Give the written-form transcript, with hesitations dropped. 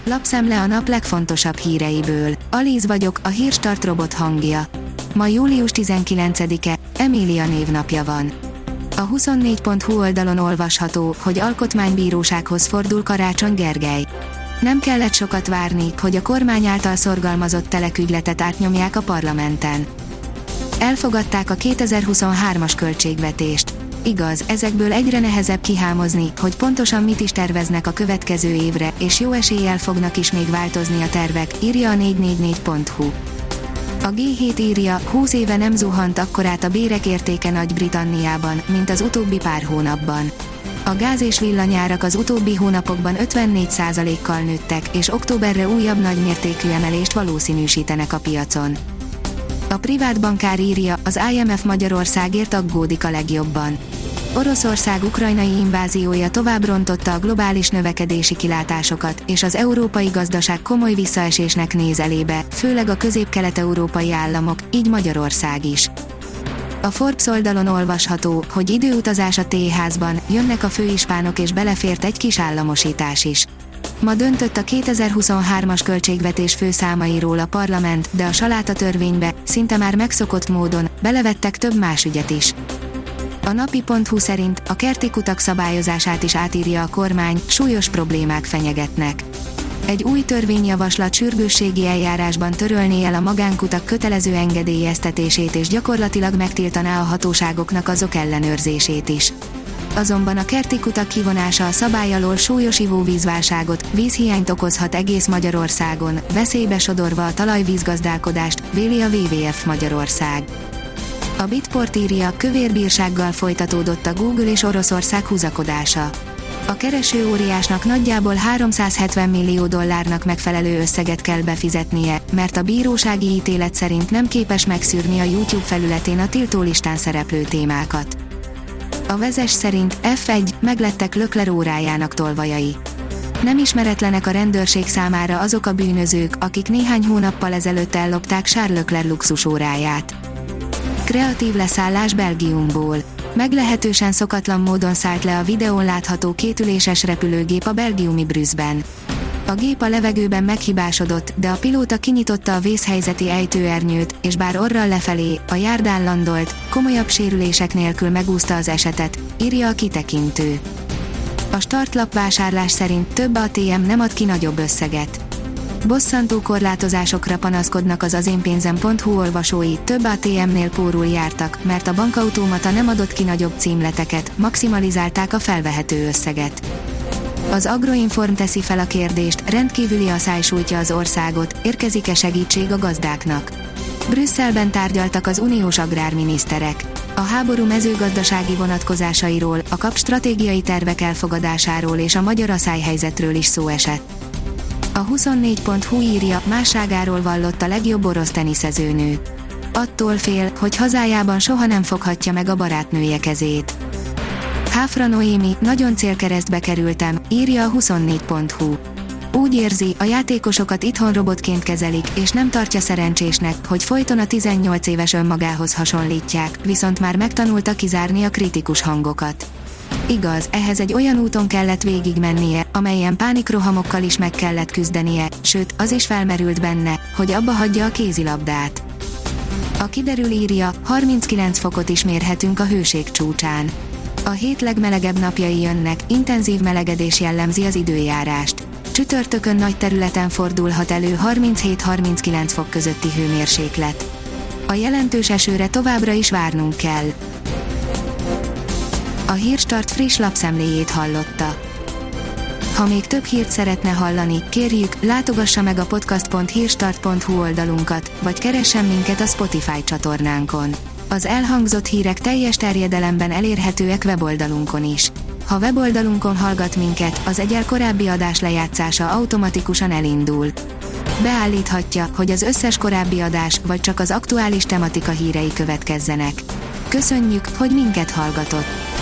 Lapszemle a nap legfontosabb híreiből. Alíz vagyok, a Hírstart robot hangja. Ma július 19-e, Emília névnapja van. A 24.hu oldalon olvasható, hogy alkotmánybírósághoz fordul Karácsony Gergely. Nem kellett sokat várni, hogy a kormány által szorgalmazott telekügyletet átnyomják a parlamenten. Elfogadták a 2023-as költségvetést. Igaz, ezekből egyre nehezebb kihámozni, hogy pontosan mit is terveznek a következő évre, és jó eséllyel fognak is még változni a tervek, írja a 444.hu. A G7 írja, 20 éve nem zuhant akkorát a bérek értéke Nagy-Britanniában, mint az utóbbi pár hónapban. A gáz- és villanyárak az utóbbi hónapokban 54%-kal nőttek, és októberre újabb nagymértékű emelést valószínűsítenek a piacon. A privát bankár írja, az IMF Magyarországért aggódik a legjobban. Oroszország ukrajnai inváziója tovább rontotta a globális növekedési kilátásokat, és az európai gazdaság komoly visszaesésnek néz elébe, főleg a közép-kelet-európai államok, így Magyarország is. A Forbes oldalon olvasható, hogy időutazás a téházban, jönnek a főispánok és belefért egy kis államosítás is. Ma döntött a 2023-as költségvetés főszámairól a parlament, de a saláta törvénybe, szinte már megszokott módon, belevettek több más ügyet is. A napi.hu szerint a kerti kutak szabályozását is átírja a kormány, súlyos problémák fenyegetnek. Egy új törvényjavaslat sürgősségi eljárásban törölné el a magánkutak kötelező engedélyeztetését és gyakorlatilag megtiltaná a hatóságoknak azok ellenőrzését is. Azonban a kerti kutak kivonása a szabály alól súlyos ivóvízválságot, vízhiányt okozhat egész Magyarországon, veszélybe sodorva a talajvízgazdálkodást, véli a WWF Magyarország. A Bitport írja, kövérbírsággal folytatódott a Google és Oroszország húzakodása. A kereső óriásnak nagyjából 370 millió dollárnak megfelelő összeget kell befizetnie, mert a bírósági ítélet szerint nem képes megszűrni a YouTube felületén a tiltólistán szereplő témákat. A Vezes szerint F1 meglettek Leclerc órájának tolvajai. Nem ismeretlenek a rendőrség számára azok a bűnözők, akik néhány hónappal ezelőtt ellopták Charles Leclerc luxusóráját. Kreatív leszállás Belgiumból. Meglehetősen szokatlan módon szállt le a videón látható kétüléses repülőgép a belgiumi Brüsszben. A gép a levegőben meghibásodott, de a pilóta kinyitotta a vészhelyzeti ejtőernyőt, és bár orral lefelé, a járdán landolt, komolyabb sérülések nélkül megúszta az esetet, írja a kitekintő. A startlap vásárlás szerint több ATM nem ad ki nagyobb összeget. Bosszantó korlátozásokra panaszkodnak az azénpénzem.hu olvasói, több ATM-nél pórul jártak, mert a bankautomata nem adott ki nagyobb címleteket, maximalizálták a felvehető összeget. Az Agroinform teszi fel a kérdést, rendkívüli asszály sújtja az országot, érkezik-e segítség a gazdáknak? Brüsszelben tárgyaltak az uniós agrárminiszterek. A háború mezőgazdasági vonatkozásairól, a KAP stratégiai tervek elfogadásáról és a magyar asszályhelyzetről is szó esett. A 24.hu írja, másságáról vallott a legjobb orosz teniszezőnő. Attól fél, hogy hazájában soha nem foghatja meg a barátnője kezét. Háfra Noémi, nagyon célkeresztbe kerültem, írja a 24.hu. Úgy érzi, a játékosokat itthon robotként kezelik, és nem tartja szerencsésnek, hogy folyton a 18 éves önmagához hasonlítják, viszont már megtanulta kizárni a kritikus hangokat. Igaz, ehhez egy olyan úton kellett végigmennie, amelyen pánikrohamokkal is meg kellett küzdenie, sőt, az is felmerült benne, hogy abba hagyja a kézilabdát. A kiderül írja, 39 fokot is mérhetünk a hőség csúcsán. A hét legmelegebb napjai jönnek, intenzív melegedés jellemzi az időjárást. Csütörtökön nagy területen fordulhat elő 37-39 fok közötti hőmérséklet. A jelentős esőre továbbra is várnunk kell. A Hírstart friss lapszemléjét hallotta. Ha még több hírt szeretne hallani, kérjük, látogassa meg a podcast.hírstart.hu oldalunkat, vagy keressen minket a Spotify csatornánkon. Az elhangzott hírek teljes terjedelemben elérhetőek weboldalunkon is. Ha weboldalunkon hallgat minket, az egyel korábbi adás lejátszása automatikusan elindul. Beállíthatja, hogy az összes korábbi adás, vagy csak az aktuális tematika hírei következzenek. Köszönjük, hogy minket hallgatott!